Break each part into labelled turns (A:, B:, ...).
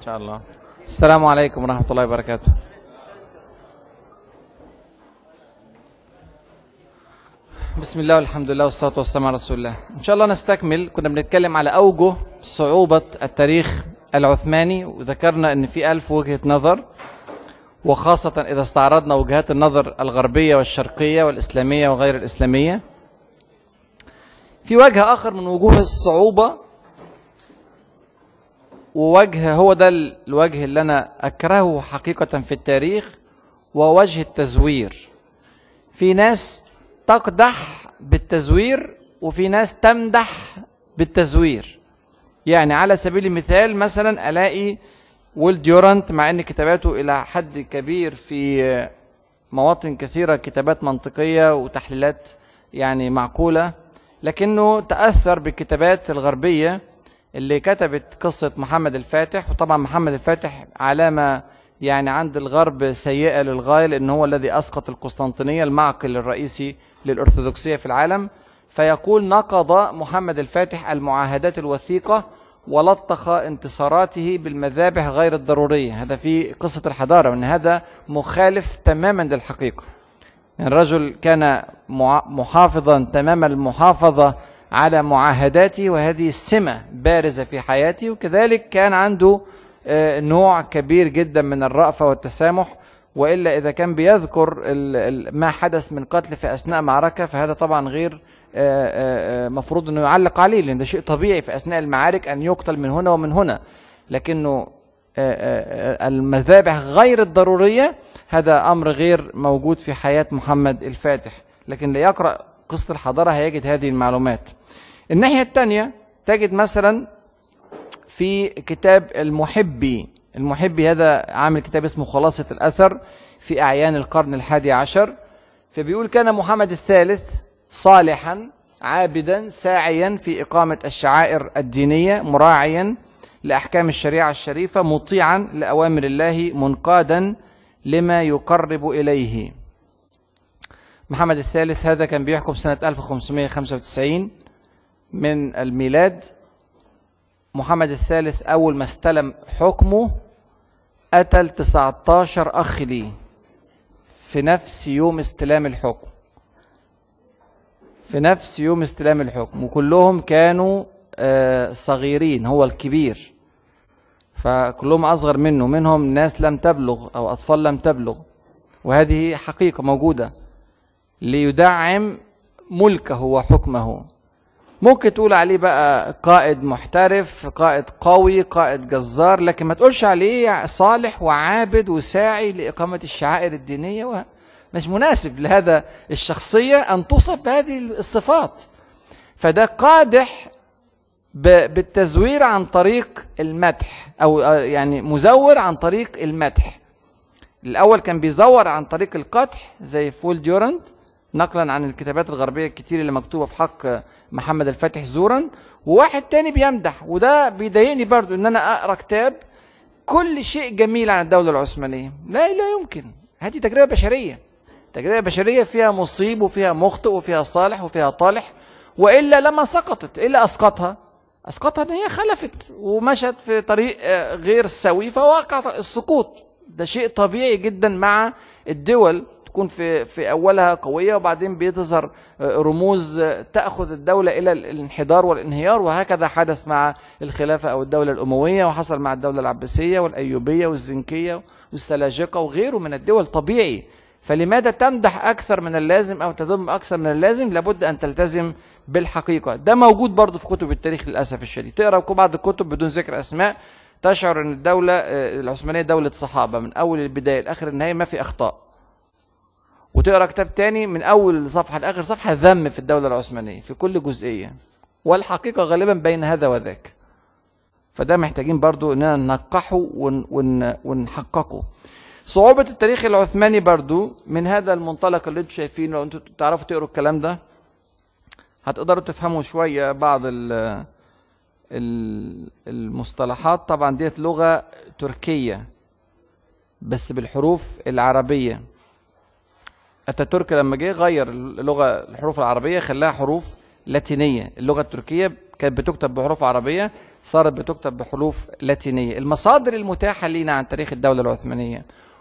A: شاء الله. السلام عليكم ورحمة الله وبركاته. بسم الله والحمد لله والصلاة والسلام على رسول الله. إن شاء الله نستكمل. كنا بنتكلم على أوجه صعوبة التاريخ العثماني، وذكرنا أن في 1000 وجهة نظر، وخاصة إذا استعرضنا وجهات النظر الغربية والشرقية والإسلامية وغير الإسلامية. في وجه آخر من وجوه الصعوبة، ووجه هو ده الوجه اللي أنا أكرهه حقيقة في التاريخ، ووجه التزوير. في ناس تقدح بالتزوير وفي ناس تمدح بالتزوير. يعني على سبيل المثال مثلا ألاقي ويل ديورانت، مع أن كتاباته إلى حد كبير في مواطن كثيرة كتابات منطقية وتحليلات يعني معقولة، لكنه تأثر بالكتابات الغربية اللي كتبت قصة محمد الفاتح. وطبعا محمد الفاتح علامة يعني عند الغرب سيئة للغاية، لأنه هو الذي أسقط القسطنطينية المعقل الرئيسي للأرثوذكسية في العالم. فيقول: نقض محمد الفاتح المعاهدات الوثيقة ولطخ انتصاراته بالمذابح غير الضرورية. هذا في قصة الحضارة، وأن هذا مخالف تماما للحقيقة. يعني الرجل كان محافظا تمام المحافظة على معاهداته، وهذه سمة بارزة في حياته. وكذلك كان عنده نوع كبير جدا من الرأفة والتسامح، وإلا إذا كان بيذكر ما حدث من قتل في أثناء معركة، فهذا طبعا غير مفروض أنه يعلق عليه، لأن ده شيء طبيعي في أثناء المعارك أن يقتل من هنا ومن هنا. لكنه المذابح غير الضرورية هذا أمر غير موجود في حياة محمد الفاتح. لكن اللي يقرأ قصة الحضارة هيجد هذه المعلومات. الناحية الثانية تجد مثلا في كتاب المحبي هذا عامل كتاب اسمه خلاصة الأثر في أعيان القرن ال11. فبيقول: كان محمد الثالث صالحا عابدا ساعيا في إقامة الشعائر الدينية، مراعيا لأحكام الشريعة الشريفة، مطيعا لأوامر الله، منقادا لما يقرب إليه. محمد الثالث هذا كان بيحكم سنة 1595 من الميلاد. محمد الثالث أول ما استلم حكمه قتل 19 أخ ليه في نفس يوم استلام الحكم، وكلهم كانوا صغيرين، هو الكبير، فكلهم أصغر منه، منهم ناس لم تبلغ أو أطفال لم تبلغ. وهذه حقيقة موجودة ليدعم ملكه وحكمه. ممكن تقول عليه بقى قائد محترف، قائد قوي، قائد جزار، لكن ما تقولش عليه صالح وعابد وساعي لإقامة الشعائر الدينية. مش مناسب لهذا الشخصية أن توصف بهذه الصفات. فده قادح بالتزوير عن طريق المدح، أو يعني مزور عن طريق المدح. الأول كان بيزور عن طريق القدح زي فول ديورانت، نقلا عن الكتابات الغربية الكتير اللي مكتوبة في حق محمد الفاتح زورا. وواحد تاني بيمدح، وده بيضايقني برضو ان انا اقرا كتاب كل شيء جميل عن الدولة العثمانية. لا يمكن. هذه تجربة بشرية فيها مصيب وفيها مخطئ وفيها صالح وفيها طالح، وإلا لما سقطت. إلا أسقطها ان هي خلفت ومشت في طريق غير سوي، فوقع السقوط. ده شيء طبيعي جدا مع الدول، تكون في أولها قوية وبعدين بيظهر رموز تأخذ الدولة إلى الانحدار والانهيار. وهكذا حدث مع الخلافة أو الدولة الأموية، وحصل مع الدولة العباسية والأيوبية والزنكية والسلاجقة وغيره من الدول. طبيعي. فلماذا تمدح أكثر من اللازم أو تذم أكثر من اللازم؟ لابد أن تلتزم بالحقيقة. ده موجود برضو في كتب التاريخ للأسف الشديد. تقرأ بعض الكتب بدون ذكر أسماء تشعر أن الدولة العثمانية دولة صحابة من أول البداية لآخر النهاية، ما في أخطاء. وتقرأ كتاب تاني من أول صفحة لآخر صفحة ذم في الدولة العثمانية في كل جزئية، والحقيقة غالبا بين هذا وذاك. فده محتاجين برضو أننا ننقحه ونحققه. صعوبة التاريخ العثماني برضو من هذا المنطلق اللي انتم شايفينه. لو انتم تعرفوا تقروا الكلام ده هتقدروا تفهموا شوية بعض المصطلحات. طبعا ديت لغة تركية بس بالحروف العربية. اتاتورك لما جه غير الحروف العربية خلاها حروف لاتينية. اللغة التركية كانت بتكتب بحروف عربية صارت بتكتب بحروف لاتينية. المصادر المتاحة لينا عن تاريخ الدولة العثمانية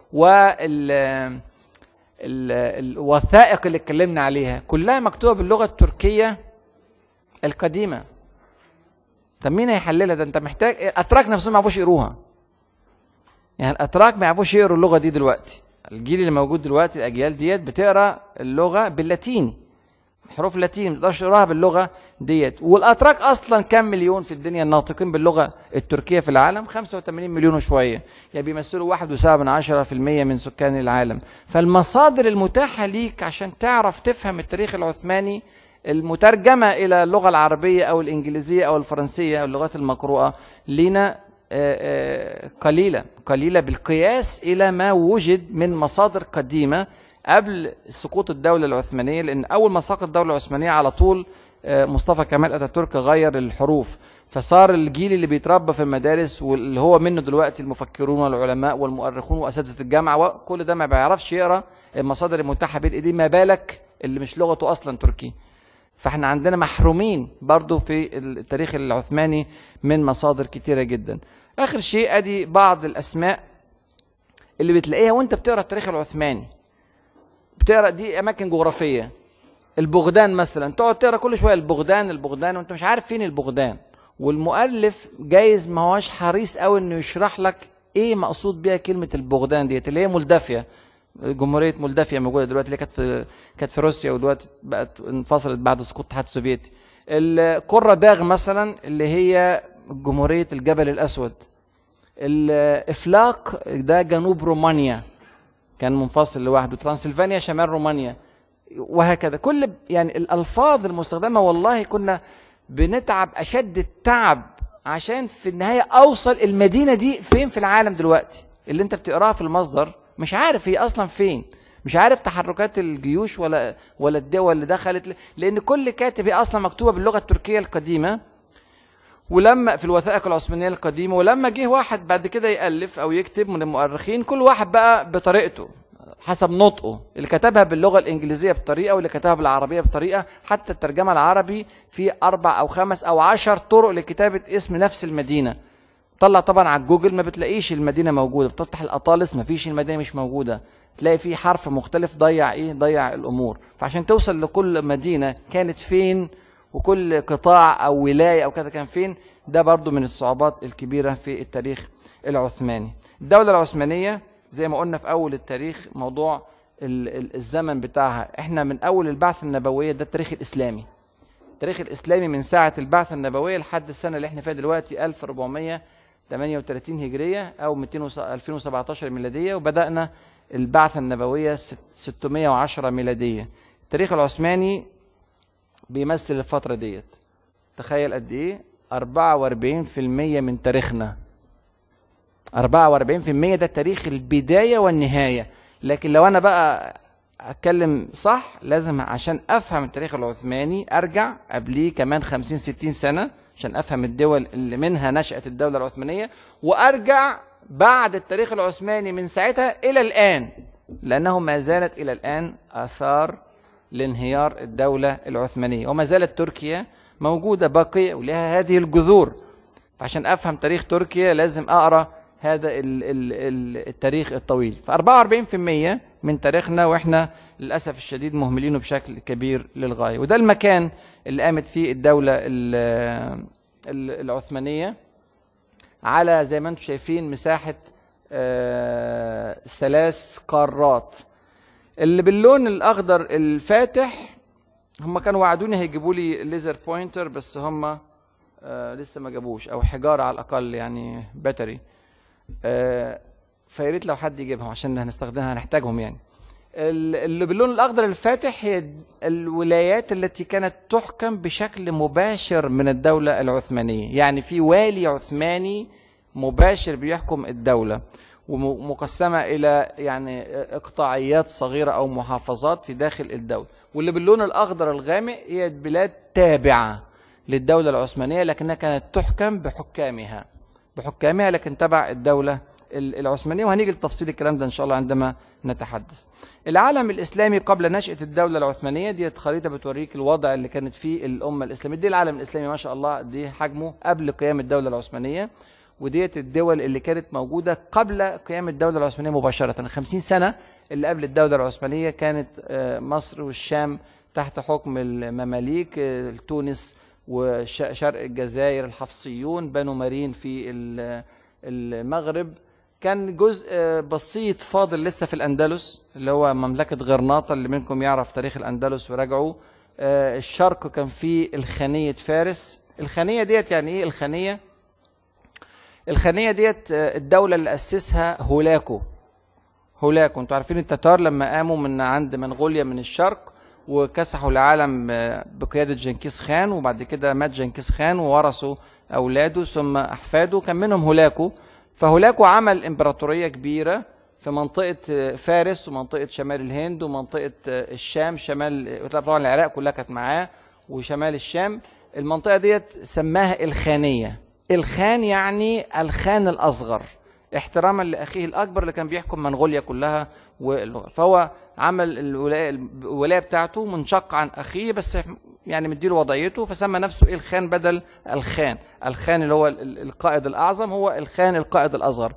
A: الوثائق اللي اتكلمنا عليها كلها مكتوبة باللغة التركية القديمة. طب مين هيحللها؟ ده انت محتاج الاتراك نفسهم ما يعرفوش يقروها. يعني الاتراك ما يعرفوش يقروا اللغة دي دلوقتي. الجيل اللي موجود دلوقتي الاجيال ديت بتقرا اللغة باللاتيني، حروف لاتين، ما تقدرش تقراها باللغة ديت. والاتراك اصلا كام مليون في الدنيا الناطقين باللغة التركية في العالم؟ 85 مليون وشوية، يعني بيمثلوا 1.7% من سكان العالم. فالمصادر المتاحة ليك عشان تعرف تفهم التاريخ العثماني المترجمة إلى اللغة العربية أو الإنجليزية أو الفرنسية أو اللغات المقروءة لينا قليلة بالقياس إلى ما وجد من مصادر قديمة قبل سقوط الدولة العثمانية. لأن أول ما سقط الدولة العثمانية على طول مصطفى كمال أتاتورك غير الحروف، فصار الجيل اللي بيتربى في المدارس واللي هو منه دلوقتي المفكرون والعلماء والمؤرخون وأساتذة الجامعة وكل ده ما بيعرفش يقرأ المصادر المتاحة بين إيديه، ما بالك اللي مش لغته أصلا تركي. فاحنا عندنا محرومين برضو في التاريخ العثماني من مصادر كتيرة جدا. آخر شيء أدي بعض الأسماء اللي بتلاقيها وانت بتقرأ التاريخ العثماني. بتقرأ دي أماكن جغرافية. البغدان مثلا تقعد تقرأ كل شوية البغدان وانت مش عارف فين البغدان، والمؤلف جايز ما هوش حريص قوي انه يشرح لك ايه مقصود بيها كلمة البغدان ديت اللي هي مولدافيا. جمهورية مولدافيا موجودة دلوقتي اللي كانت في روسيا ودلوقتي بقت انفصلت بعد سقوط الاتحاد السوفيتي. القرة داغ مثلا اللي هي جمهورية الجبل الأسود. الإفلاق ده جنوب رومانيا كان منفصل لوحده. ترانسلفانيا شمال رومانيا، وهكذا. كل يعني الألفاظ المستخدمة والله كنا بنتعب أشد التعب عشان في النهاية أوصل المدينة دي فين في العالم دلوقتي. اللي أنت بتقراها في المصدر مش عارف هي اصلا فين، مش عارف تحركات الجيوش ولا الدول اللي دخلت، لان كل كاتب هي اصلا مكتوبه باللغه التركيه القديمه. ولما في الوثائق العثمانيه القديمه، ولما جه واحد بعد كده يالف او يكتب من المؤرخين، كل واحد بقى بطريقته حسب نطقه، اللي كتبها باللغه الانجليزيه بطريقه واللي كتبها بالعربيه بطريقه. حتى الترجمه العربي في 4 أو 5 أو 10 طرق لكتابه اسم نفس المدينه. طلع طبعا على جوجل ما بتلاقيش المدينه موجوده، بتفتح الاطالس ما فيش المدينه مش موجوده، تلاقي في حرف مختلف ضيع الامور. فعشان توصل لكل مدينه كانت فين وكل قطاع او ولايه او كذا كان فين، ده برضو من الصعوبات الكبيره في التاريخ العثماني. الدوله العثمانيه زي ما قلنا في اول التاريخ موضوع الزمن بتاعها، احنا من اول البعثه النبويه، ده التاريخ الاسلامي. التاريخ الاسلامي من ساعه البعثه النبويه لحد السنه اللي احنا فيها دلوقتي 1438 هجريه او 2017 ميلاديه، وبدانا البعثه النبويه 610 ميلاديه. التاريخ العثماني بيمثل الفتره ديت. تخيل قد ايه؟ 44% من تاريخنا. 44% ده تاريخ البدايه والنهايه. لكن لو انا بقى اتكلم صح لازم عشان افهم التاريخ العثماني ارجع قبليه كمان 50-60 سنه عشان افهم الدول اللي منها نشأت الدولة العثمانية، وارجع بعد التاريخ العثماني من ساعتها الى الان، لانه ما زالت الى الان اثار لانهيار الدولة العثمانية، وما زالت تركيا موجودة باقية ولها هذه الجذور. فعشان افهم تاريخ تركيا لازم اقرا هذا التاريخ الطويل. ف 44% من تاريخنا واحنا للاسف الشديد مهملينه بشكل كبير للغايه. وده المكان اللي قامت فيه الدوله العثمانيه على زي ما انتم شايفين مساحه 3 قارات. اللي باللون الاخضر الفاتح هم كانوا وعدوني هيجيبوا لي ليزر بوينتر، بس هم لسه ما جابوش، او حجاره على الاقل يعني باتري. فياريت لو حد يجيبهم عشان هنستخدمها هنحتاجهم يعني. اللي باللون الاخضر الفاتح هي الولايات التي كانت تحكم بشكل مباشر من الدولة العثمانية، يعني في والي عثماني مباشر بيحكم الدولة ومقسمة الى يعني اقطاعيات صغيرة او محافظات في داخل الدولة. واللي باللون الاخضر الغامق هي بلاد تابعة للدولة العثمانية لكنها كانت تحكم بحكامها لكن تبع الدولة العثمانية، وهنيجي لتفصيل الكلام ده إن شاء الله عندما نتحدث. العالم الإسلامي قبل نشأة الدولة العثمانية، دي خريطة بتوريك الوضع اللي كانت فيه الأمة الإسلامية. دي العالم الإسلامي ما شاء الله، دي حجمه قبل قيام الدولة العثمانية، وديت الدول اللي كانت موجودة قبل قيام الدولة العثمانية مباشرة. 50 سنة اللي قبل الدولة العثمانية كانت مصر والشام تحت حكم المماليك، تونس وشرق الجزائر الحفصيون، بنو مارين في المغرب، كان جزء بسيط فاضل لسه في الأندلس اللي هو مملكة غرناطة، اللي منكم يعرف تاريخ الأندلس وراجعوا. الشرق كان فيه الخانية فارس. الخانية ديت يعني ايه الخانية؟ الخانية ديت الدولة اللي أسسها هولاكو. انتوا عارفين التتار لما قاموا من عند منغوليا من الشرق وكسحوا العالم بقيادة جنكيز خان، وبعد كده مات جنكيز خان وورثوا أولاده ثم أحفاده، كان منهم هولاكو. فهولاكو عمل إمبراطورية كبيرة في منطقة فارس ومنطقة شمال الهند ومنطقة الشام، شمال طبعا العراق كلها كانت معاه وشمال الشام. المنطقة ديت سماها الخانية. الخان يعني الخان الأصغر، احتراما لأخيه الأكبر اللي كان بيحكم منغوليا كلها. فهو عمل الولاية بتاعته منشق عن أخيه، بس يعني مديله وضعيته، فسمى نفسه إيه الخان بدل الخان. الخان اللي هو القائد الأعظم هو الخان القائد الأصغر.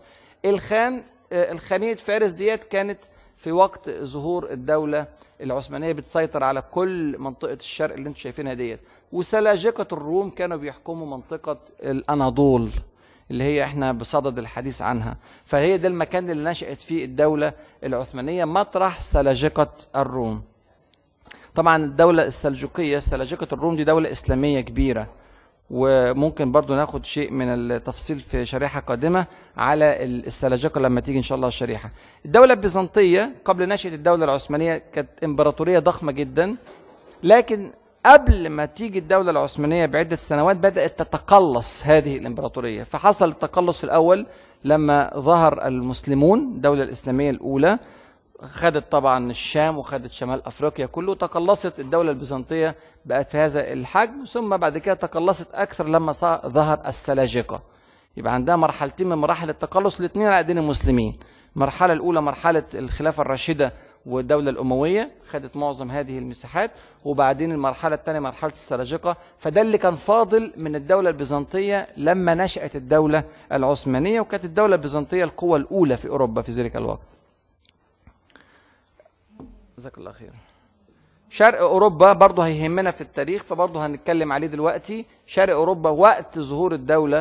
A: الخانية فارس ديت كانت في وقت ظهور الدولة العثمانية بتسيطر على كل منطقة الشرق اللي انتم شايفينها ديت. وسلاجقة الروم كانوا بيحكموا منطقة الأناضول اللي هي احنا بصدد الحديث عنها. فهي ده المكان اللي نشأت فيه الدولة العثمانية، مطرح سلاجقة الروم. طبعا الدولة السلجوقية سلاجقة الروم دي دولة إسلامية كبيرة، وممكن برضو ناخد شيء من التفصيل في شريحة قادمة على السلاجقة لما تيجي إن شاء الله الشريحة. الدولة البيزنطية قبل نشأة الدولة العثمانية كانت إمبراطورية ضخمة جدا، لكن قبل ما تيجي الدولة العثمانية بعدة سنوات بدأت تتقلص هذه الإمبراطورية. فحصل التقلص الأول لما ظهر المسلمون، الدولة الإسلامية الأولى خدت طبعا الشام وخدت شمال أفريقيا كله، تقلصت الدولة البيزنطية بقت في هذا الحجم، ثم بعد كده تقلصت أكثر لما ظهر السلاجقة. يبقى عندها مرحلتين من مراحل التقلص، الاثنين على أيدين المسلمين. المرحلة الأولى مرحلة الخلافة الراشدة والدولة الأموية خدت معظم هذه المساحات، وبعدين المرحلة الثانية مرحلة السلاجقة. فده اللي كان فاضل من الدولة البيزنطية لما نشأت الدولة العثمانية، وكانت الدولة البيزنطية القوة الأولى في أوروبا في ذلك الوقت. جزاك الله خير. شرق أوروبا برضه هيهمنا في التاريخ، فبرضه هنتكلم عليه دلوقتي. شرق أوروبا وقت ظهور الدولة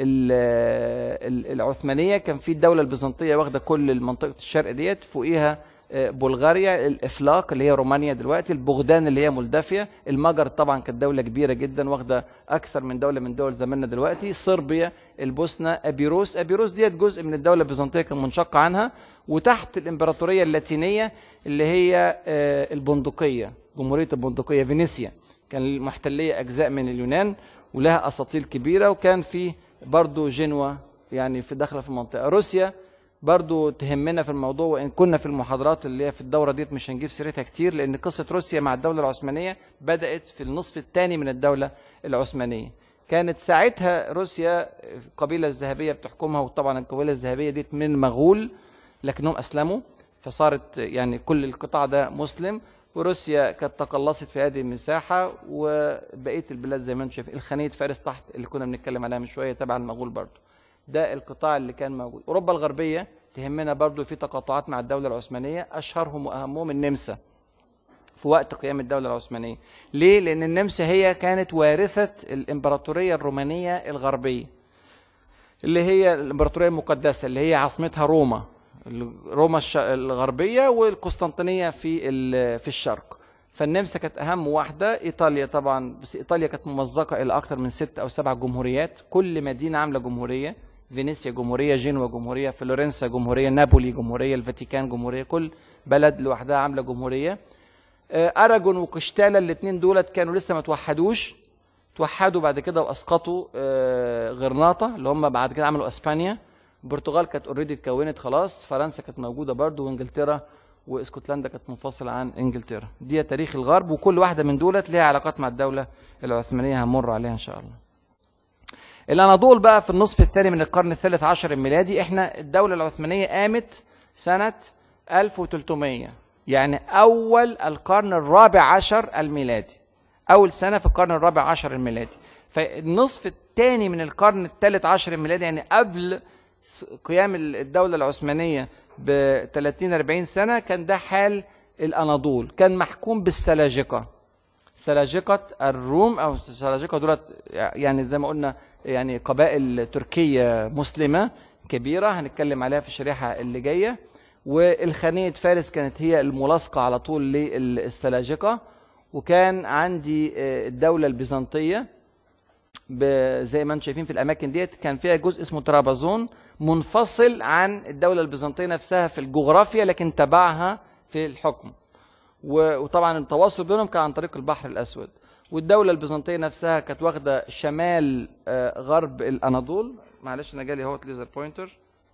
A: العثمانية كان في الدولة البيزنطية واخدة كل منطقة الشرق ديت، فوقيها بلغاريا، الإفلاق اللي هي رومانيا دلوقتي، البغدان اللي هي مولدافيا، المجر طبعا كانت دولة كبيرة جدا واخدة أكثر من دولة من دول زماننا دلوقتي، صربيا، البوسنة، أبيروس ديت جزء من الدولة البيزنطية كان منشق عنها، وتحت الإمبراطورية اللاتينية اللي هي البندقية، جمهورية البندقية، فينيسيا كان محتلية أجزاء من اليونان ولها أساطيل كبيرة، وكان في برضو جنوة يعني في داخلة في المنطقة. روسيا برضو تهمنا في الموضوع، وإن كنا في المحاضرات اللي هي في الدورة ديت مش هنجيب سيرتها كتير، لأن قصة روسيا مع الدولة العثمانية بدأت في النصف الثاني من الدولة العثمانية. كانت ساعتها روسيا القبيلة الذهبية بتحكمها، وطبعا القبيلة الذهبية ديت من مغول لكنهم أسلموا، فصارت يعني كل القطاع ده مسلم، وروسيا كانت تقلصت في هذه المساحة، وبقية البلاد زي ما انتم شايفين الخانية فارس تحت اللي كنا بنتكلم عليها من شوية تبع المغول برضو. ده القطاع اللي كان موجود. أوروبا الغربية تهمنا برضو في تقاطعات مع الدولة العثمانية، أشهرهم وأهمهم النمسا في وقت قيام الدولة العثمانية. ليه؟ لأن النمسا هي كانت وارثة الإمبراطورية الرومانية الغربية اللي هي الإمبراطورية المقدسة اللي هي عاصمتها روما الغربية، والقسطنطينية في الشرق. فالنمسا كانت أهم واحدة. إيطاليا طبعا، بس إيطاليا كانت ممزقة إلى أكثر من 6 أو 7 جمهوريات، كل مدينة عاملة جمهورية. فينيسيا جمهورية، جنوة جمهورية، فلورنسا جمهورية، نابولي جمهورية، الفاتيكان جمهورية، كل بلد لوحدها عاملة جمهورية. أراجون وقشتالة الاثنين دولت كانوا لسه ما توحدوش، توحدوا بعد كده وأسقطوا غرناطة اللي هم بعد كده عملوا أسبانيا. البرتغال كانت اوريدي اتكونت خلاص، فرنسا كانت موجودة برضو، وانجلترا واسكتلندا كانت منفصلة عن انجلترا. دي تاريخ الغرب، وكل واحدة من دولت لها علاقات مع الدولة العثمانية هنمر عليها ان شاء الله. الأناضول بقى في النصف الثاني من القرن الثالث عشر الميلادي. احنا الدولة العثمانية قامت سنة 1300، يعني أول القرن الرابع عشر الميلادي، أول سنة في القرن الرابع عشر الميلادي. فالنصف الثاني من القرن الثالث عشر الميلادي، يعني قبل قيام الدولة العثمانية ب 30-40 سنة، كان ده حال الأناضول. كان محكوم بالسلاجقة، سلاجقة الروم أو السلاجقة دولت، يعني زي ما قلنا يعني قبائل تركية مسلمة كبيرة هنتكلم عليها في الشريحة اللي جاية. والخانية فارس كانت هي الملاصقة على طول للسلاجقة. وكان عندي الدولة البيزنطية زي ما انتم شايفين في الأماكن ديت، كان فيها جزء اسمه طرابزون منفصل عن الدولة البيزنطية نفسها في الجغرافيا، لكن تبعها في الحكم. وطبعا التواصل بينهم كان عن طريق البحر الأسود. والدولة البيزنطية نفسها كانت واخدة شمال غرب الأناضول. معلش أنا جالي اهوت ليزر بوينتر.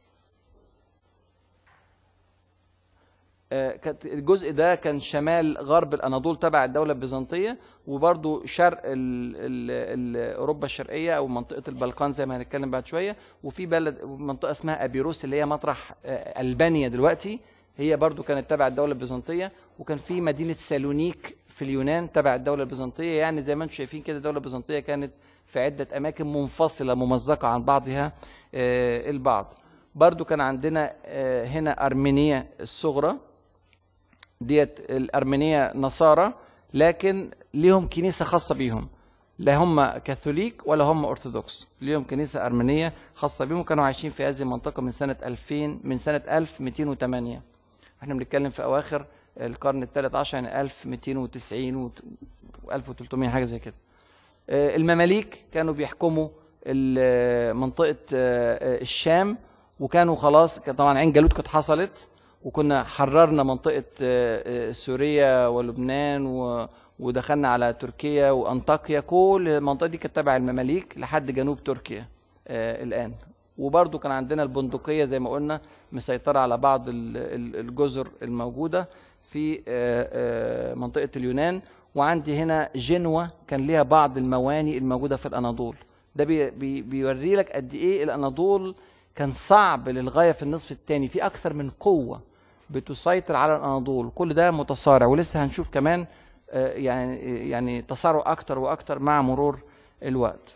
A: كانت الجزء ده كان شمال غرب الأناضول تبع الدولة البيزنطية، وبرضو شرق أوروبا الشرقية أو منطقة البلقان زي ما هنتكلم بعد شوية. وفي بلد منطقة اسمها أبيروس اللي هي مطرح ألبانيا دلوقتي، هي برضو كانت تبع الدولة البيزنطية. وكان في مدينة سالونيك في اليونان تبع الدولة البيزنطية. يعني زي ما انتم شايفين كده الدولة البيزنطية كانت في عدة أماكن منفصلة ممزقة عن بعضها البعض. برضو كان عندنا هنا أرمينيا الصغرى، ديت الأرمينية نصارى لكن ليهم كنيسة خاصة بيهم، لا هم كاثوليك ولا هم أرثوذكس، ليهم كنيسة أرمينية خاصة بيهم. كانوا عايشين في هذه المنطقة من سنة 2000، من سنة 1208. احنا بنتكلم في أواخر القرن الثالث عشر، يعني 1290 و1300 حاجة زي كده. المماليك كانوا بيحكموا منطقة الشام، وكانوا خلاص طبعا عين جالوت كانت حصلت، وكنا حررنا منطقة سوريا ولبنان ودخلنا على تركيا وأنطاكيا. كل المنطقة دي كانت تبع المماليك لحد جنوب تركيا الآن. وبرضو كان عندنا البندقية زي ما قلنا مسيطرة على بعض الجزر الموجودة في منطقة اليونان. وعندي هنا جنوة كان ليها بعض الموانئ الموجودة في الأناضول. ده بيوري لك قد إيه الأناضول كان صعب للغاية في النصف الثاني، في أكثر من قوة بتسيطر على الأناضول. كل ده متصارع، ولسه هنشوف كمان يعني تصارع أكتر وأكتر مع مرور الوقت.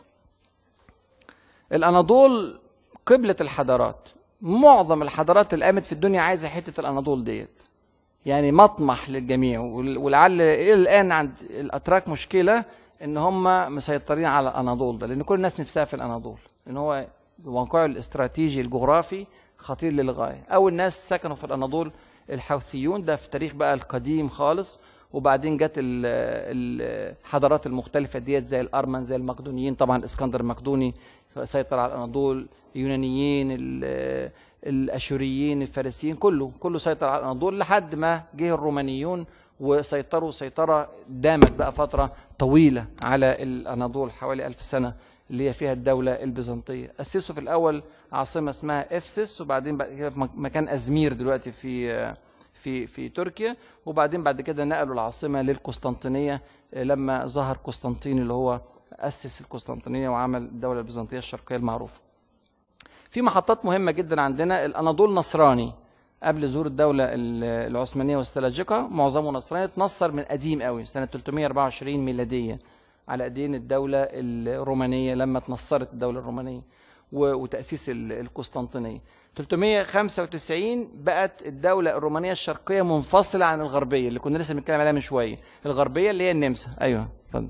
A: الأناضول قبلة الحضارات، معظم الحضارات اللي قامت في الدنيا عايزة حتة الأناضول ديت، يعني مطمح للجميع. ولعل إلى الآن عند الأتراك مشكلة إن هم مسيطرين على الأناضول ده، لأن كل الناس نفسها في الأناضول، لأن هو موقعه الاستراتيجي الجغرافي خطير للغاية. أول ناس سكنوا في الأناضول الحوثيون، ده في التاريخ بقى القديم خالص. وبعدين جت الحضارات المختلفة ديت زي الأرمن، زي المقدونيين، طبعا اسكندر المقدوني سيطر على الأناضول، اليونانيين، الأشوريين، الفارسيين، كله سيطر على الأناضول لحد ما جه الرومانيون وسيطروا سيطرة دامت بقى فترة طويلة على الأناضول، حوالي 1000 سنة اللي هي فيها الدولة البيزنطية. أسسوا في الأول عاصمة اسمها إفسس، وبعدين بعد كده في مكان أزمير دلوقتي في تركيا. وبعدين بعد كده نقلوا العاصمة للقسطنطينية لما ظهر قسطنطين اللي هو أسس القسطنطينية وعمل الدولة البيزنطية الشرقية المعروفة. في محطات مهمة جدا عندنا. الأناضول نصراني قبل ظهور الدولة العثمانية والسلاجقة، معظمه نصراني، اتنصر من قديم قوي سنة 324 ميلادية على ايدين الدولة الرومانية لما اتنصرت الدولة الرومانية وتأسيس القسطنطينية. 395 بقت الدولة الرومانية الشرقية منفصلة عن الغربية اللي كنا لسه بنتكلم عليها من شوية. الغربية اللي هي النمسا. ايوه اتفضل.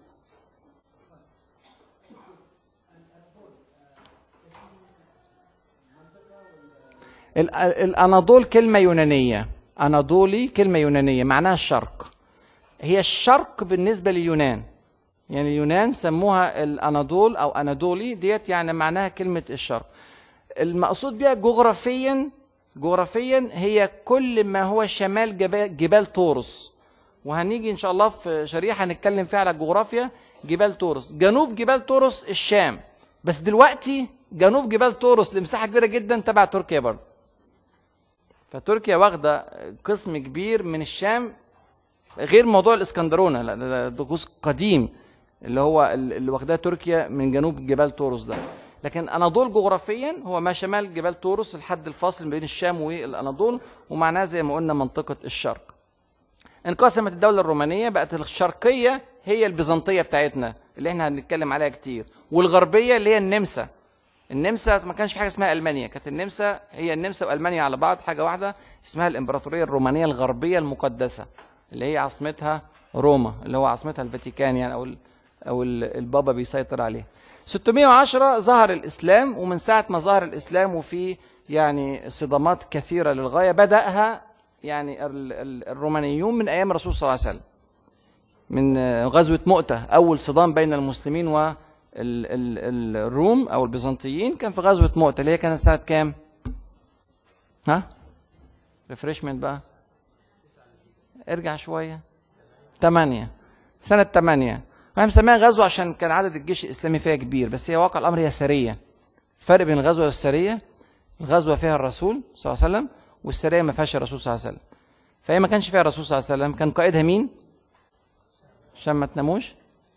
A: الأناضول كلمة يونانية، أناضولي كلمة يونانية معناها الشرق، هي الشرق بالنسبة لليونان. يعني اليونان سموها الأناضول أو أناضولي ديت، يعني معناها كلمة الشرق. المقصود بها جغرافيا هي كل ما هو شمال جبال طورس، وهنيجي إن شاء الله في شريحة هنتكلم فيها على الجغرافيا. جبال طورس، جنوب جبال طورس الشام، بس دلوقتي جنوب جبال طورس لمساحة كبيرة جدا تبع تركيا برضه. فتركيا واخدة قسم كبير من الشام، غير موضوع الاسكندرونة، لا ده قديم. اللي هو اللي واخداه تركيا من جنوب جبال طورس ده. لكن اناضول جغرافيا هو ما شمال جبال طورس، الحد الفاصل بين الشام والاناضول، ومعناه زي ما قلنا منطقه الشرق. انقسمت الدوله الرومانيه، بقت الشرقيه هي البيزنطيه بتاعتنا اللي احنا هنتكلم عليها كتير، والغربيه اللي هي النمسا. النمسا ما كانش في حاجه اسمها المانيا، كانت النمسا هي النمسا والمانيا على بعض حاجه واحده، اسمها الامبراطوريه الرومانيه الغربيه المقدسه، اللي هي عاصمتها روما، اللي هو عاصمتها الفاتيكان يعني، او البابا بيسيطر عليها. 610 ظهر الاسلام، ومن ساعه ما ظهر الاسلام وفي يعني صدامات كثيره للغايه، بداها يعني الرومانيون من ايام الرسول صلى الله عليه وسلم، من غزوه مؤتة. اول صدام بين المسلمين والروم او البيزنطيين كان في غزوه مؤتة، اللي هي كانت سنه كام؟ ها؟ ريفريشمنت بقى، ارجع شويه. 8 سنه 8. احنا مسميها غزوه عشان كان عدد الجيش الاسلامي فيها كبير، بس هي واقع الامر هي سريه. الفرق بين الغزوه والسريه، الغزوه فيها الرسول صلى الله عليه وسلم، والسريه ما فيهاش الرسول صلى الله عليه وسلم. فهي ما كانش فيها الرسول صلى الله عليه وسلم، كان قائدها مين؟ عشان ما تناموش.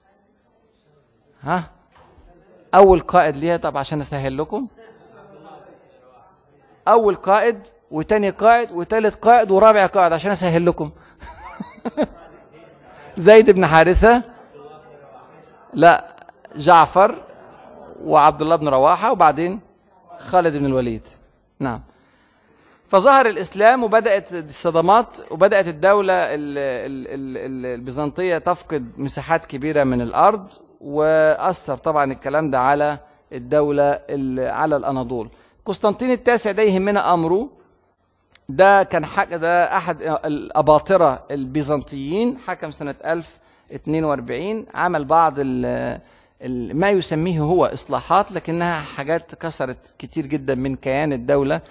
A: ها؟ اول قائد ليها، طب عشان اسهل لكم، اول قائد وتاني قائد وتالت قائد ورابع قائد عشان اسهل لكم. زيد بن حارثه، لا جعفر وعبد الله بن رواحه، وبعدين خالد بن الوليد. نعم. فظهر الاسلام وبدات الصدمات، وبدات الدوله البيزنطيه تفقد مساحات كبيره من الارض، واثر طبعا الكلام ده على الدوله على الاناضول. قسطنطين التاسع ده يهمنا امره، ده كان ده احد الاباطره البيزنطيين، حكم سنه 1042، عمل بعض ما يسميه هو اصلاحات، لكنها حاجات كسرت كتير جدا من كيان الدوله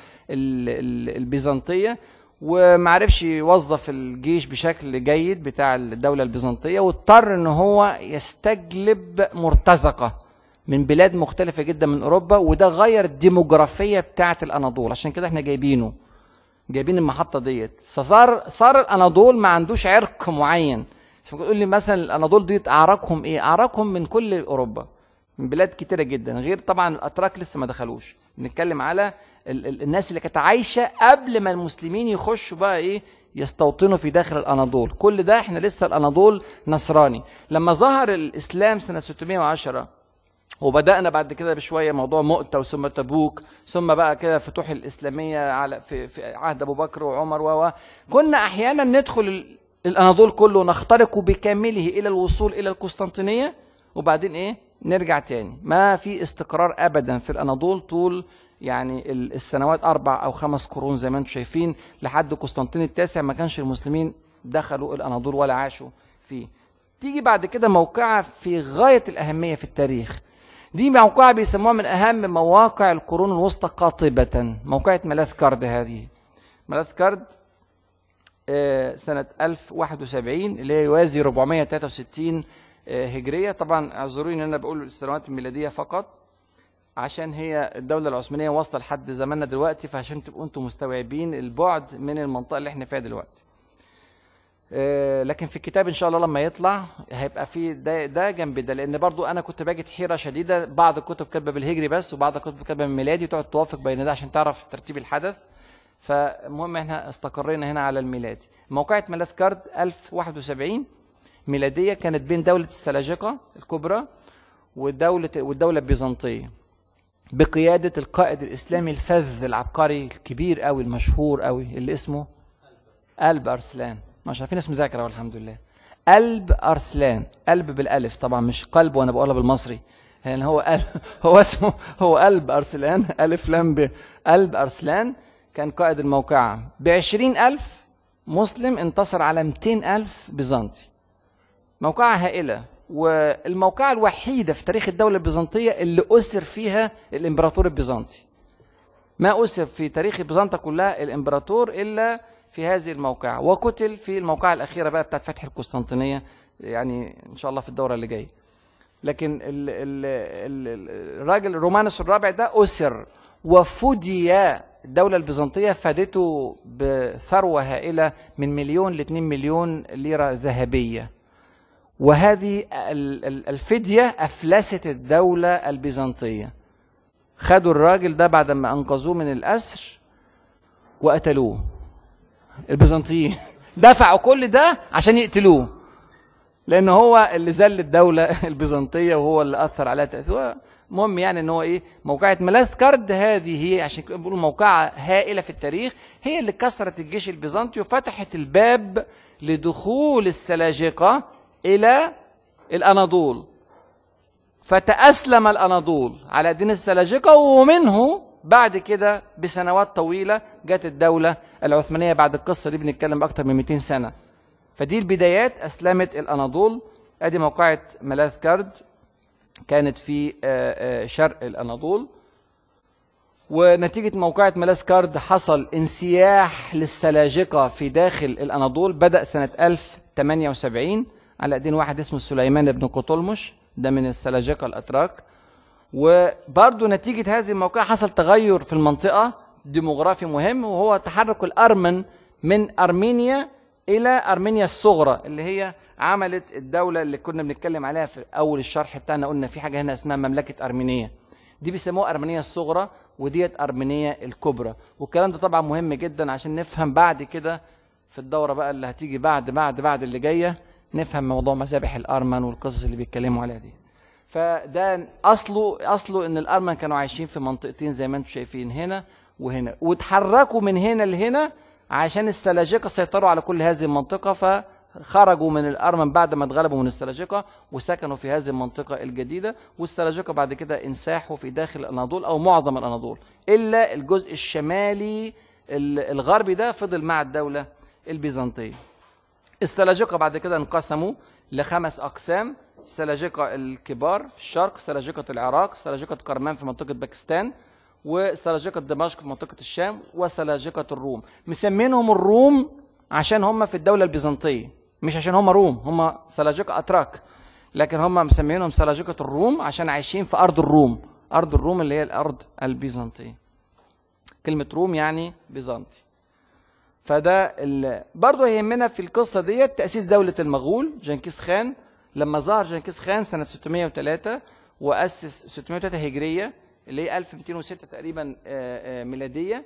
A: البيزنطيه، ومعرفش يوظف الجيش بشكل جيد بتاع الدوله البيزنطيه، واضطر ان هو يستجلب مرتزقه من بلاد مختلفه جدا من اوروبا، وده غير الديموغرافيه بتاعه الاناضول. عشان كده احنا جايبين المحطه ديت، صار الاناضول ما عندوش عرق معين. تقول لي مثلا الاناضول ديت اعراقهم ايه؟ اعراقهم من كل اوروبا، من بلاد كتيره جدا، غير طبعا الاتراك لسه ما دخلوش. بنتكلم على الناس اللي كانت عايشه قبل ما المسلمين يخشوا بقى ايه، يستوطنوا في داخل الاناضول. كل ده احنا لسه الاناضول نصراني. لما ظهر الاسلام سنه 610 وبدانا بعد كده بشويه موضوع مؤتة وثم تبوك، ثم بقى كده فتوح الاسلاميه على في عهد ابو بكر وعمر كنا احيانا ندخل الاناضول كله، نخترق بكامله الى الوصول الى القسطنطينيه، وبعدين ايه، نرجع تاني. ما في استقرار ابدا في الاناضول طول يعني السنوات 4 أو 5 قرون زي ما انتم شايفين، لحد قسطنطين التاسع ما كانش المسلمين دخلوا الاناضول ولا عاشوا فيه. تيجي بعد كده موقعة في غايه الاهميه في التاريخ، دي موقعة بيسموها من اهم مواقع القرون الوسطى قاطبه، موقعة ملاذ-كارد. هذه ملاذ-كارد سنة 1071 اللي هي يوازي 463 هجرية. طبعا اعذروني ان انا بقول السنوات الميلادية فقط، عشان هي الدولة العثمانية واصلة لحد زماننا دلوقتي، فعشان تبقوا انتم مستوعبين البعد من المنطقة اللي احنا فيها دلوقتي. لكن في الكتاب ان شاء الله لما يطلع هيبقى في ده جنب ده، لان برضو انا كنت باجد حيرة شديدة، بعض الكتب كاتبة بالهجري بس وبعض الكتب كاتبة بالميلادي، تقعد توافق بين ده عشان تعرف ترتيب الحدث. فالمهم احنا استقرينا هنا على الميلادي. موقعة ملاذ-كارد 1071 ميلادية، كانت بين دولة السلاجقة الكبرى والدولة البيزنطية، بقيادة القائد الإسلامي الفذ العبقري الكبير قوي المشهور قوي اللي اسمه قلب أرسلان. مش عارفين اسم ذاكرة والحمد لله. قلب أرسلان، قلب بالألف طبعا مش قلب وأنا بقولها بالمصري، يعني هو اسمه قلب أرسلان، ألف لام ب. قلب أرسلان كان قائد الموقعة، ب20,000 مسلم انتصر على 200,000 بيزنطي. موقعة هائلة، والموقعة الوحيدة في تاريخ الدولة البيزنطية اللي أسر فيها الإمبراطور البيزنطي. ما أسر في تاريخ بيزنطة كلها الإمبراطور إلا في هذه الموقعة، وقتل في الموقعة الأخيرة بقى بتاعت فتح القسطنطينية، يعني إن شاء الله في الدورة اللي جاية. لكن الراجل رومانوس الرابع ده أسر وفدي. الدولة البيزنطية فادته بثروة هائلة من 1 مليون ل2 مليون ليرة ذهبية، وهذه الفدية أفلست الدولة البيزنطية. خدوا الراجل ده بعد ما أنقذوه من الأسر وقتلوه. البيزنطيين دفعوا كل ده عشان يقتلوه، لأن هو اللي ذل الدولة البيزنطية وهو اللي أثر عليها تأثير. المهم يعني ان هو ايه، موقعة ملاذكرد هذه هي عشان بيقولوا موقعة هائلة في التاريخ، هي اللي كسرت الجيش البيزنطي وفتحت الباب لدخول السلاجقة إلى الأناضول، فتأسلم الأناضول على دين السلاجقة، ومنه بعد كده بسنوات طويلة جت الدولة العثمانية. بعد القصة دي بنتكلم بأكتر من 200 سنة. فدي البدايات، أسلمت الأناضول. أدي موقعة ملاذكرد كانت في شرق الأناضول. ونتيجة موقعة ملاذكرد حصل انسياح للسلاجقة في داخل الأناضول، بدأ سنة 1078 على ايدين واحد اسمه سليمان بن قطلمش، ده من السلاجقة الأتراك. وبرضه نتيجة هذه الموقعة حصل تغير في المنطقة ديموغرافي مهم، وهو تحرك الأرمن من أرمينيا إلى أرمينيا الصغرى، اللي هي عملت الدولة اللي كنا بنتكلم عليها في أول الشرح بتاعنا. قلنا في حاجة هنا اسمها مملكة أرمينيا، دي بيسموها أرمينيا الصغرى، وديت أرمينيا الكبرى. والكلام ده طبعا مهم جدا عشان نفهم بعد كده في الدورة بقى اللي هتيجي بعد اللي جاية، نفهم موضوع مذابح الأرمن والقصص اللي بيتكلموا عليها دي. فده أصله إن الأرمن كانوا عايشين في منطقتين زي ما انتم شايفين، هنا وهنا، وتحركوا من هنا لهنا عشان السلاجقة سيطروا على كل هذه المنطقة. فخرجوا من الأرمن بعد ما اتغلبوا من السلاجقة وسكنوا في هذه المنطقة الجديدة. والسلاجقة بعد كده انساحوا في داخل الأناضول أو معظم الأناضول، إلا الجزء الشمالي الغربي ده فضل مع الدولة البيزنطية. السلاجقة بعد كده انقسموا ل5 أقسام: السلاجقة الكبار في الشرق، سلاجقة العراق، سلاجقة كرمان في منطقة باكستان، وسلاجقة دمشق في منطقة الشام، وسلاجقة الروم. مسمينهم الروم عشان هم في الدولة البيزنطية، مش عشان هم روم، هم سلاجقة أتراك، لكن هم مسمينهم سلاجقة الروم عشان عايشين في أرض الروم، أرض الروم اللي هي الأرض البيزنطية. كلمة روم يعني بيزنطي. فده برضه يهمنا في القصة ديت تأسيس دولة المغول. جنكيز خان لما ظهر جنكيز خان سنة 603 وأسس 603 هجرية اللي هي 1206 تقريبا ميلادية،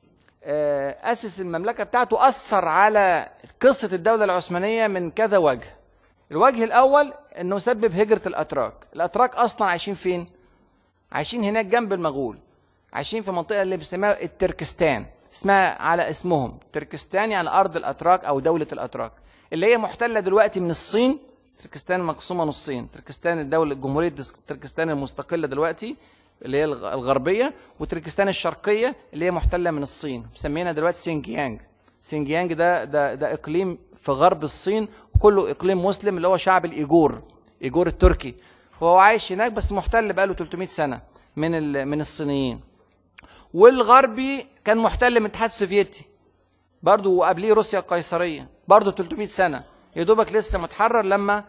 A: أسس المملكة بتاعته. أثر على قصة الدولة العثمانية من كذا وجه. الوجه الأول أنه سبب هجرة الأتراك. الأتراك أصلا عايشين فين؟ عايشين هناك جنب المغول، عايشين في منطقة اللي بيسموها التركستان، اسمها على اسمهم تركستان، يعني أرض الأتراك أو دولة الأتراك، اللي هي محتلة دلوقتي من الصين. تركستان مقسومة نصين، تركستان الدولة جمهورية تركستان المستقلة دلوقتي اللي هي الغربية، وتركستان الشرقية اللي هي محتلة من الصين، مسمينها دلوقتي سينجيانج. سينجيانج ده إقليم في غرب الصين، وكله إقليم مسلم، اللي هو شعب الإيجور التركي. وهو عايش هناك بس محتل بقاله 300 سنة من الصينيين. والغربي كان محتل من الاتحاد السوفيتي برضه، وقبليه روسيا القيصرية برضه 300 سنة، يا دوبك لسه متحرر لما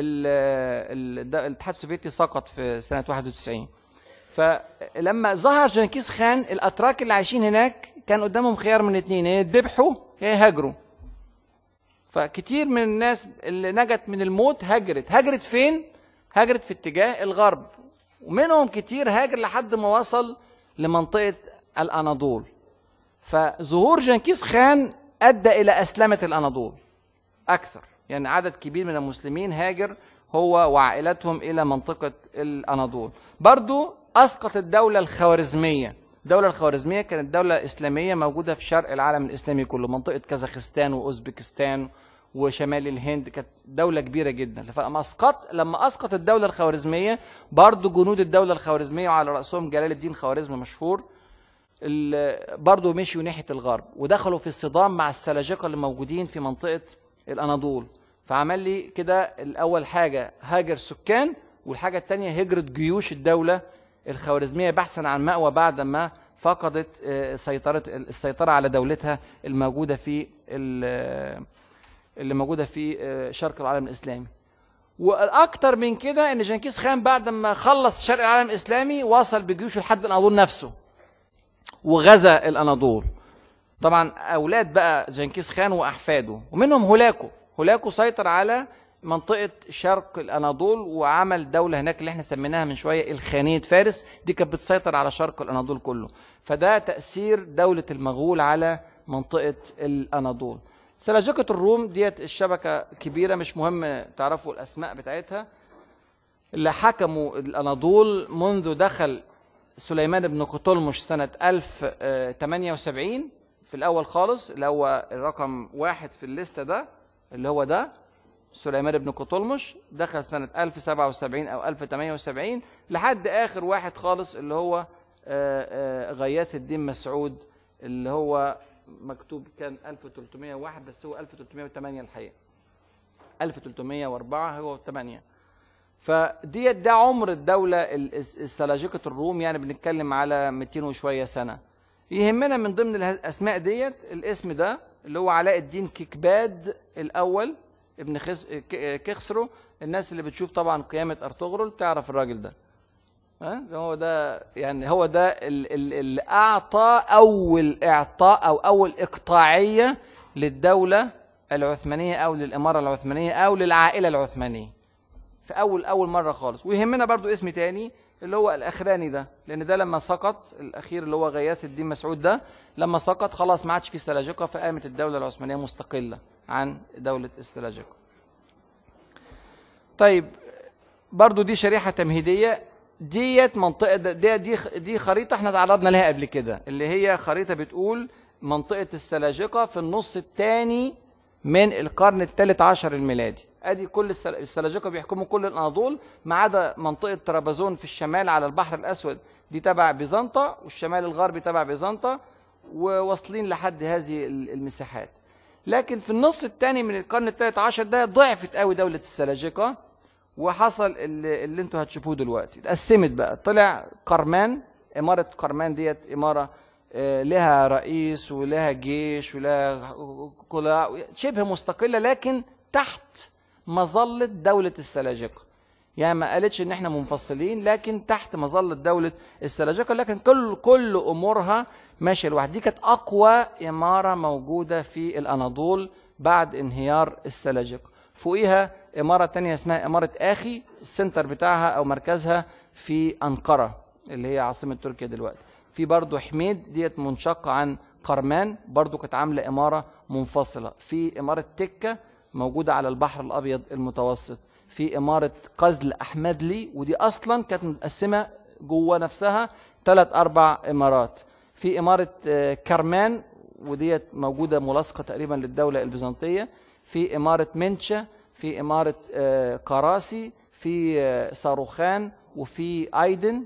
A: الاتحاد السوفيتي سقط في سنة 91. فلما ظهر جنكيز خان، الأتراك اللي عايشين هناك كان قدامهم خيار من اتنين: يا يذبحوا يا يهاجروا. فكتير من الناس اللي نجت من الموت هاجرت فين؟ هاجرت في اتجاه الغرب، ومنهم كتير هاجر لحد ما وصل لمنطقة الأناضول. فظهور جنكيز خان أدى إلى أسلمة الأناضول أكثر، يعني عدد كبير من المسلمين هاجر هو وعائلتهم إلى منطقة الأناضول. برضو أسقط الدولة الخوارزمية. الدولة الخوارزمية كانت دولة إسلامية موجودة في شرق العالم الإسلامي كله، منطقة كازاخستان وأوزبكستان وشمال الهند، كانت دولة كبيرة جدا. لما أسقط الدولة الخوارزمية، برضو جنود الدولة الخوارزمية وعلى رأسهم جلال الدين خوارزمي مشهور، برضو مشيوا ناحية الغرب ودخلوا في الصدام مع السلاجقة اللي موجودين في منطقة الأناضول. فعمل لي كده الأول حاجة هاجر سكان، والحاجة الثانية هجرة جيوش الدولة الخوارزمية بحثا عن مأوى بعد ما فقدت السيطرة على دولتها الموجودة في شرق العالم الإسلامي. والأكثر من كده إن جنكيز خان بعد ما خلص شرق العالم الإسلامي وصل بجيوشه لحد الأناضول نفسه وغزا الأناضول. طبعا أولاد بقى جنكيز خان وأحفاده، ومنهم هولاكو سيطر على منطقة شرق الأناضول، وعمل دولة هناك اللي احنا سميناها من شوية الخانية فارس، دي كانت بتسيطر على شرق الأناضول كله. فده تأثير دولة المغول على منطقة الأناضول. سلاجقة الروم ديت الشبكة كبيرة، مش مهم تعرفوا الأسماء بتاعتها، اللي حكموا الأناضول منذ دخل سليمان بن قتلمش سنة 1078 في الأول خالص، اللي هو الرقم 1 في الليستة ده، اللي هو ده سليمان بن قتلمش، دخل سنة 1077 أو 1078 لحد آخر واحد خالص اللي هو غياث الدين مسعود، اللي هو مكتوب كان 1301 بس هو 1308 الحقيقة، 1304 هو 8. فديت ده عمر الدولة السلاجقة الروم، يعني بنتكلم على 200 وشوية سنة. يهمنا من ضمن الأسماء ديت الاسم ده اللي هو علاء الدين كيكباد الأول ابن كخسرو. الناس اللي بتشوف طبعا قيامة أرطغرل تعرف الراجل ده، هو ده، يعني هو ده اللي أعطى أول إعطاء أو أول إقطاعية للدولة العثمانية أو للإمارة العثمانية أو للعائلة العثمانية في أول مرة خالص. ويهمنا برضو اسم تاني اللي هو الأخراني ده، لأن ده لما سقط الأخير اللي هو غياث الدين مسعود ده، لما سقط خلاص ما عادش في سلاجقة، فقامت الدولة العثمانية مستقلة عن دولة السلاجقة. طيب برضو دي شريحة تمهيدية، ديت منطقة دي خريطة احنا تعرضنا لها قبل كده، اللي هي خريطة بتقول منطقة السلاجقة في النص الثاني من القرن الثالث عشر الميلادي. ادي كل السلاجقة بيحكموا كل الاناضول ما عدا منطقة طرابزون في الشمال على البحر الاسود، دي تبع بيزنطة، والشمال الغربي تبع بيزنطة، وواصلين لحد هذه المساحات. لكن في النص الثاني من القرن الثالث عشر ده ضعفت قوي دولة السلاجقة، وحصل اللي انتوا هتشوفوه دلوقتي. اتقسمت بقى، طلع قرمان، إمارة قرمان ديت إمارة لها رئيس ولها جيش ولها قلاع، شبه مستقلة لكن تحت مظلة دولة السلاجقة. يعني ما قالتش ان احنا منفصلين، لكن تحت مظلة دولة السلاجقة، لكن كل امورها ماشية لوحدها. دي كانت اقوى إمارة موجودة في الأناضول بعد انهيار السلاجقة. فوقيها إمارة تانية اسمها إمارة آخي، السنتر بتاعها أو مركزها في أنقرة اللي هي عاصمة تركيا دلوقتي. في برضو حميد ديت منشقة عن قرمان، برضو كانت عاملة إمارة منفصلة. في إمارة تكة موجودة على البحر الأبيض المتوسط. في إمارة قزل أحمدلي، ودي أصلا كانت متقسمة جوه نفسها 3-4 إمارات. في إمارة كرمان، وديت موجودة ملاصقة تقريبا للدولة البيزنطية. في إمارة منشا، في إمارة قراسي، في صاروخان، وفي أيدن،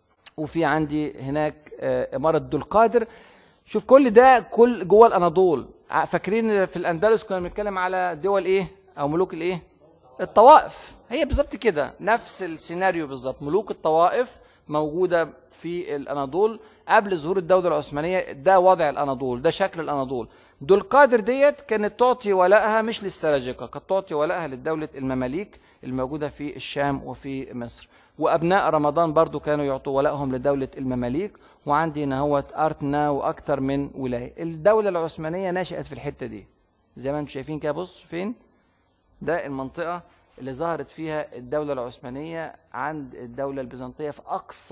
A: وفي عندي هناك إمارة دولقادر. شوف كل ده كل جوه الأناضول. فاكرين في الأندلس كنا بنتكلم على دول إيه أو ملوك الإيه؟ الطوائف. هي بالظبط كده نفس السيناريو بالظبط، ملوك الطوائف موجودة في الأناضول قبل ظهور الدولة العثمانية. ده وضع الأناضول، ده شكل الأناضول. دولقادر ديت كانت تعطي ولائها مش للسلاجقة، كانت تعطي ولائها للدولة المماليك الموجودة في الشام وفي مصر. وأبناء رمضان برضو كانوا يعطوا ولائهم لدولة المماليك. وعندي نهوت أرتنا وأكثر من ولاية. الدولة العثمانية نشأت في الحتة دي زي ما انتم شايفين كده. بص فين ده المنطقة اللي ظهرت فيها الدولة العثمانية عند الدولة البيزنطية في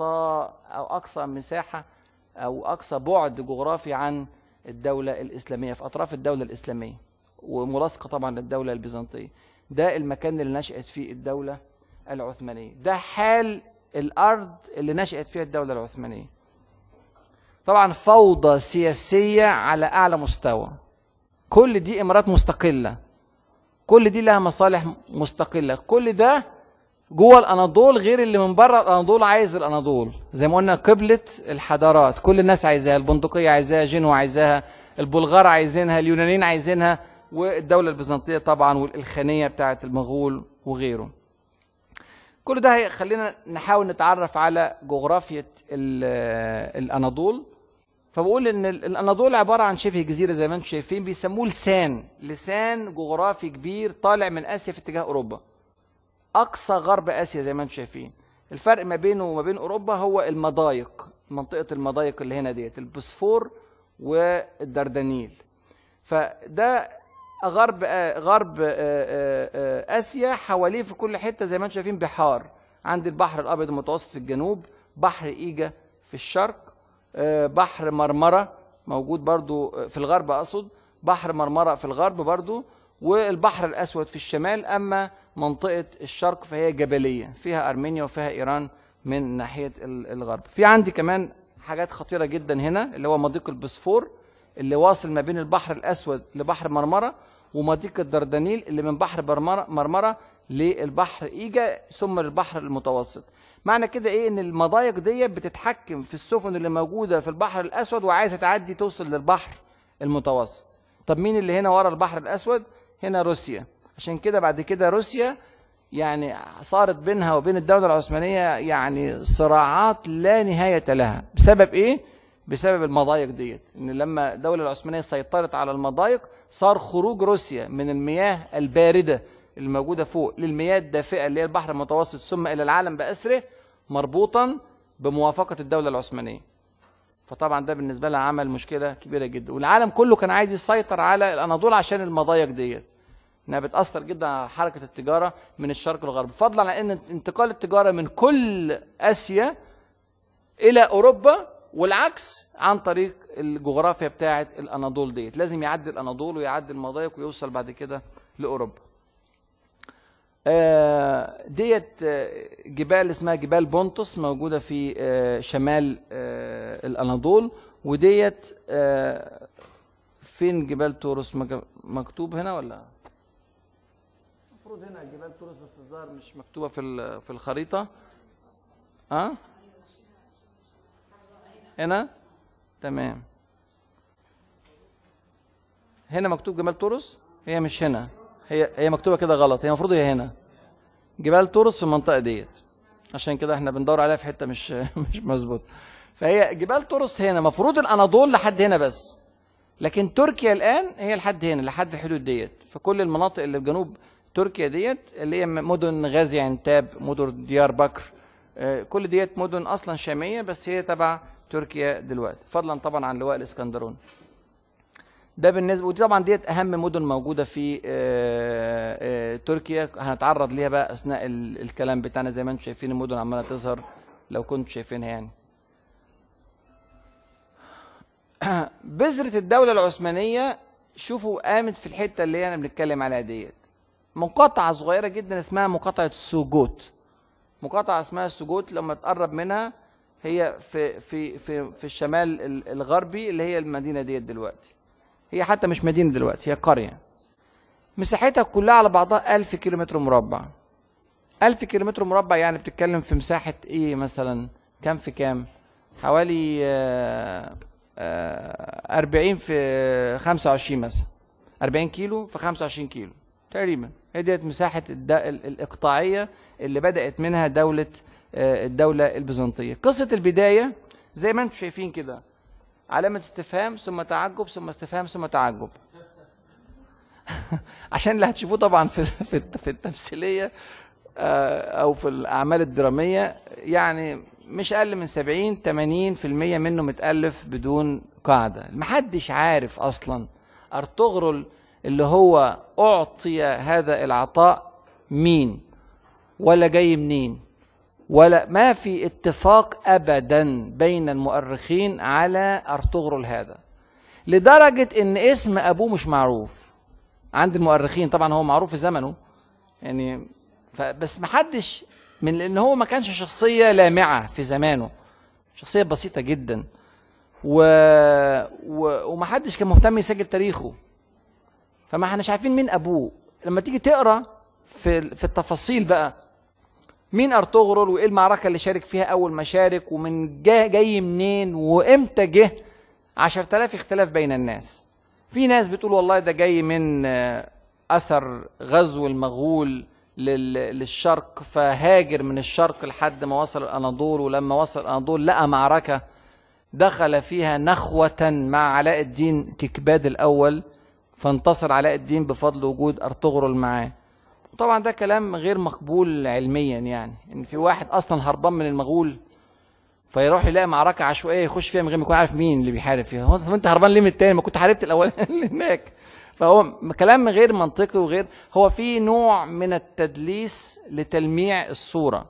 A: أقصى مساحة أو أقصى بعد جغرافي عن الدولة الإسلامية، في أطراف الدولة الإسلامية، وملاصقة طبعا للدولة البيزنطية. ده المكان اللي نشأت فيه الدولة العثمانية. ده حال الأرض اللي نشأت فيها الدولة العثمانية. طبعا فوضى سياسية على أعلى مستوى. كل دي إمارات مستقلة، كل دي لها مصالح مستقلة، كل ده جوه الأناضول غير اللي من بره الأناضول عايز الأناضول. زي ما قلنا قبلة الحضارات، كل الناس عايزاها، البندقية عايزاها، جنوة عايزاها، البلغار عايزينها، اليونانيين عايزينها، والدولة البيزنطية طبعا والخانية بتاعة المغول وغيره. كل ده هيخلينا نحاول نتعرف على جغرافية الأناضول. فبقول ان الاناضول عباره عن شبه جزيره زي ما انتم شايفين، بيسموه لسان جغرافي كبير طالع من اسيا في اتجاه اوروبا، اقصى غرب اسيا زي ما انتم شايفين. الفرق ما بينه وما بين اوروبا هو المضايق، منطقه المضايق اللي هنا ديت، البوسفور والدردنيل. فده غرب اسيا حواليه في كل حته زي ما انتم شايفين بحار. عندي البحر الابيض المتوسط في الجنوب، بحر ايجا في الشرق، بحر مرمره موجود برضو في الغرب، اقصد بحر مرمره في الغرب برضو، والبحر الاسود في الشمال. اما منطقه الشرق فهي جبليه، فيها ارمينيا وفيها ايران من ناحيه الغرب. في عندي كمان حاجات خطيره جدا هنا، اللي هو مضيق البوسفور اللي واصل ما بين البحر الاسود لبحر مرمره، ومضيق الدردنيل اللي من بحر مرمره للبحر ايجا ثم للبحر المتوسط. معنى كده ايه؟ ان المضايق دي بتتحكم في السفن اللي موجوده في البحر الاسود وعايزه تعدي توصل للبحر المتوسط. طب مين اللي هنا ورا البحر الاسود؟ هنا روسيا. عشان كده بعد كده روسيا يعني صارت بينها وبين الدوله العثمانيه يعني صراعات لا نهايه لها. بسبب ايه؟ بسبب المضايق ديت. ان لما الدوله العثمانيه سيطرت على المضايق صار خروج روسيا من المياه البارده اللي موجوده فوق للمياه الدافئه اللي هي البحر المتوسط ثم الى العالم باسره مربوطا بموافقه الدوله العثمانيه. فطبعا ده بالنسبه لها عمل مشكله كبيره جدا، والعالم كله كان عايز يسيطر على الاناضول عشان المضايق ديت، انها بتاثر جدا على حركه التجاره من الشرق للغرب، فضلا عن ان انتقال التجاره من كل اسيا الى اوروبا والعكس عن طريق الجغرافيا بتاعه الاناضول ديت. لازم يعدي الاناضول ويعدي المضايق ويوصل بعد كده لاوروبا. ديت جبال اسمها جبال بونتوس موجوده في شمال الاناضول. وديت فين جبال توروس؟ مكتوب هنا ولا؟ المفروض هنا جبال توروس بس الظاهر مش مكتوبه في الخريطه. هنا تمام، هنا مكتوب جبال توروس. هي مش هنا، هي مكتوبه كده غلط، هي المفروض هي هنا جبال توروس في المنطقه ديت، عشان كده احنا بندور عليها في حته مش مظبوط. فهي جبال توروس هنا، المفروض الاناضول لحد هنا بس، لكن تركيا الان هي لحد هنا لحد الحدود ديت. فكل المناطق اللي في جنوب تركيا ديت اللي هي مدن غازي عنتاب، مدن ديار بكر، كل ديت مدن اصلا شاميه بس هي تبع تركيا دلوقتي، فضلا طبعا عن لواء الاسكندرون. ده بالنسبه، ودي طبعا ديت اهم مدن موجوده في تركيا، هنتعرض ليها بقى اثناء الكلام بتاعنا. زي ما انتم شايفين المدن عماله تظهر لو كنتم شايفينها يعني. بذره الدوله العثمانيه شوفوا قامت في الحته اللي انا بنتكلم عليها ديت، مقاطعه صغيره جدا اسمها مقاطعه السوجوت. مقاطعه اسمها السوجوت لما تقرب منها هي في الشمال الغربي اللي هي المدينه ديت دلوقتي. هي حتى مش مدينه دلوقتي، هي قريه. مساحتها كلها على بعضها 1000 كيلومتر مربع. 1000 كيلومتر مربع يعني بتتكلم في مساحه ايه مثلا؟ كام في كام؟ حوالي 40 في 25 مثلا، 40 كيلو في 25 كيلو تقريبا. هي ديت مساحه الاقطاعيه اللي بدات منها الدوله البيزنطيه. قصه البدايه زي ما انتم شايفين كده، علامه استفهام ثم تعجب ثم استفهام ثم تعجب. عشان اللي هتشوفوه طبعا في التمثيليه او في الاعمال الدراميه يعني مش اقل من 70-80% منه متالف بدون قاعده. محدش عارف اصلا ارطغرل اللي هو اعطي هذا العطاء مين ولا جاي منين، ولا ما في اتفاق ابدا بين المؤرخين على ارطغرل هذا، لدرجه ان اسم ابوه مش معروف عند المؤرخين. طبعا هو معروف في زمنه يعني، بس ما حدش من، لان هو ما كانش شخصيه لامعه في زمانه، شخصيه بسيطه جدا، وما حدش كان مهتم يسجل تاريخه، فما احناش عارفين مين ابوه. لما تيجي تقرا في التفاصيل بقى مين ارطغرل وايه المعركه اللي شارك فيها اول ما شارك ومن جاي منين وامتى جه، 10,000 اختلاف بين الناس. في ناس بتقول والله ده جاي من اثر غزو المغول للشرق، فهاجر من الشرق لحد ما وصل الاناضول، ولما وصل الاناضول لقى معركه دخل فيها نخوه مع علاء الدين كيكباد الاول، فانتصر علاء الدين بفضل وجود ارطغرل معاه. طبعا ده كلام غير مقبول علميا، يعني ان في واحد اصلا هربان من المغول فيروح يلاقي معركه عشوائيه يخش فيها من غير ما يكون عارف مين اللي بيحارب فيها. هو انت هربان ليه من التاني؟ ما كنت حاربت الاولاني اللي هناك. فهو كلام غير منطقي وغير، هو في نوع من التدليس لتلميع الصورة.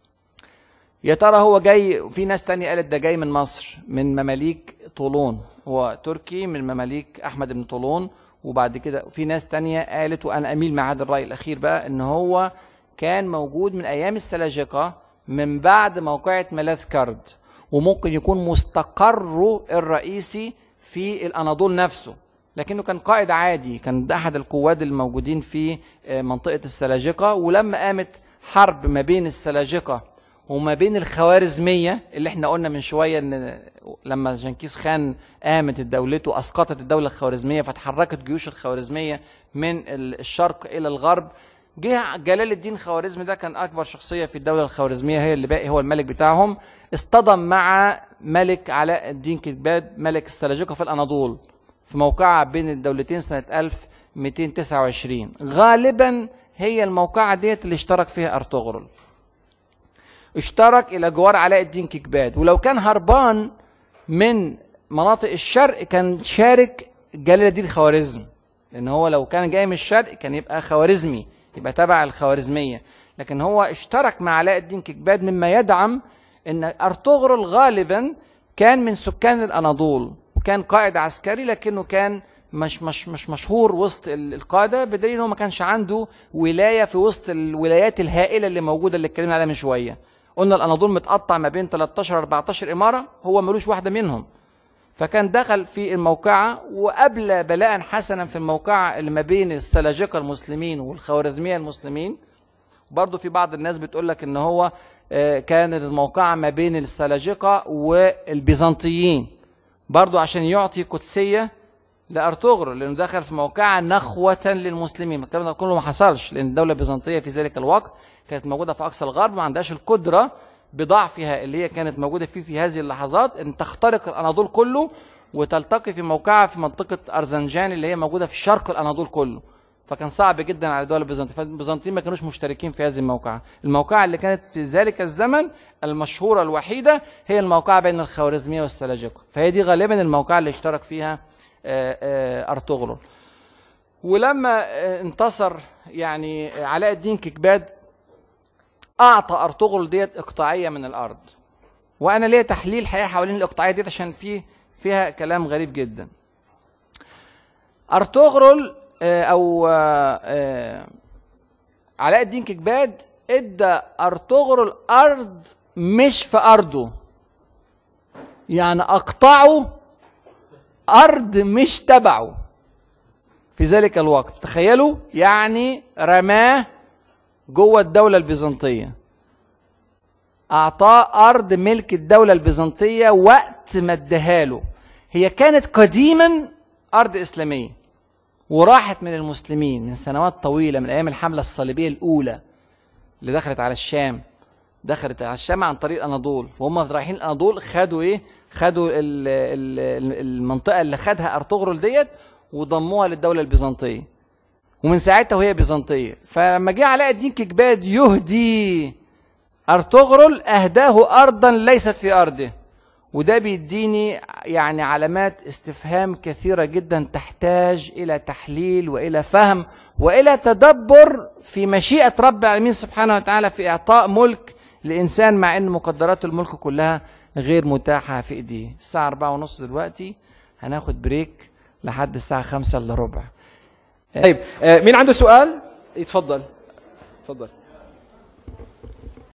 A: يا ترى هو جاي، في ناس تانية قالت ده جاي من مصر من مماليك طولون، هو تركي من مماليك أحمد بن طولون. وبعد كده في ناس تانية قالت، وأنا أميل مع هذا الرأي الأخير بقى، إن هو كان موجود من أيام السلاجقة من بعد موقعة ملاذ كرد، وممكن يكون مستقره الرئيسي في الأناضول نفسه، لكنه كان قائد عادي، كان ده أحد القواد الموجودين في منطقة السلاجقة. ولما قامت حرب ما بين السلاجقة وما بين الخوارزمية، اللي احنا قلنا من شوية ان لما جنكيز خان قامت دولته اسقطت الدولة الخوارزمية، فتحركت جيوش الخوارزمية من الشرق الى الغرب. جه جلال الدين خوارزمي، ده كان اكبر شخصية في الدولة الخوارزمية، هي اللي باقي هو الملك بتاعهم، اصطدم مع ملك علاء الدين كيكباد ملك السلاجقة في الاناضول في موقعة بين الدولتين سنة 1229. غالبا هي الموقعة ديت اللي اشترك فيها ارطغرل، اشترك الى جوار علاء الدين كيكباد. ولو كان هربان من مناطق الشرق كان شارك جلال الدين خوارزم، لان هو لو كان جاي من الشرق كان يبقى خوارزمي، يبقى تبع الخوارزمية. لكن هو اشترك مع علاء الدين كيكباد، مما يدعم ان ارطغرل غالبا كان من سكان الاناضول وكان قائد عسكري، لكنه كان مش مشهور وسط القاده، بدليل انه ما كانش عنده ولايه في وسط الولايات الهائله اللي موجوده اللي اتكلمنا عليها من شويه. قلنا الاناضول متقطع ما بين 13 14 اماره، هو ملوش واحده منهم. فكان دخل في الموقعه وقبل بلاء حسنا في الموقعه اللي ما بين السلاجقه المسلمين والخوارزميه المسلمين. برضه في بعض الناس بتقول لك ان هو كان الموقعه ما بين السلاجقه والبيزنطيين، برضه عشان يعطي قدسيه لارطغرل، لانه دخل في موقعه نخوه للمسلمين. الكلام ده كله ما حصلش، لان الدوله البيزنطيه في ذلك الوقت كانت موجوده في اقصى الغرب، ما عندهاش القدره بضعفها اللي هي كانت موجوده فيه في هذه اللحظات ان تخترق الاناضول كله وتلتقي في موقعها في منطقه ارزنجان اللي هي موجوده في شرق الاناضول كله. فكان صعب جدا على الدوله البيزنطيه، فالبيزنطيين ما كانوش مشتركين في هذه الموقعه. الموقعه اللي كانت في ذلك الزمن المشهوره الوحيده هي الموقعه بين الخوارزميه والسلاجقه، فهي دي غالبا الموقعه اللي اشترك فيها ارطغرل. ولما انتصر يعني علاء الدين كيكباد اعطى ارطغرل ديت اقطاعيه من الارض. وانا ليا تحليل حقيقه حوالين الاقطاعيه ديت عشان فيها كلام غريب جدا. ارطغرل او علاء الدين كيكباد ادى ارطغرل ارض مش في ارضه، يعني اقطعه ارض مش تبعه في ذلك الوقت. تخيلوا، يعني رماه جوه الدولة البيزنطية، اعطاه ارض ملك الدولة البيزنطية وقت ما اداها له. هي كانت قديما ارض اسلامية وراحت من المسلمين من سنوات طويلة، من ايام الحملة الصليبية الاولى اللي دخلت على الشام. دخلت على الشام عن طريق الاناضول، فهم رايحين الاناضول خدوا ايه؟ خدوا المنطقة اللي خدها ارطغرل ديت وضموها للدولة البيزنطية، ومن ساعتها وهي بيزنطية. فلما جه علاء الدين كيكباد يهدي ارطغرل اهداه ارضا ليست في ارضه. وده بيديني يعني علامات استفهام كثيرة جدا تحتاج الى تحليل والى فهم والى تدبر في مشيئة رب العالمين سبحانه وتعالى في اعطاء ملك لانسان، مع ان مقدرات الملك كلها غير متاحة في ايديه. الساعة 4:30 دلوقتي، هناخد بريك لحد الساعة 5:15.
B: طيب، مين عنده سؤال؟ يتفضل. اتفضل.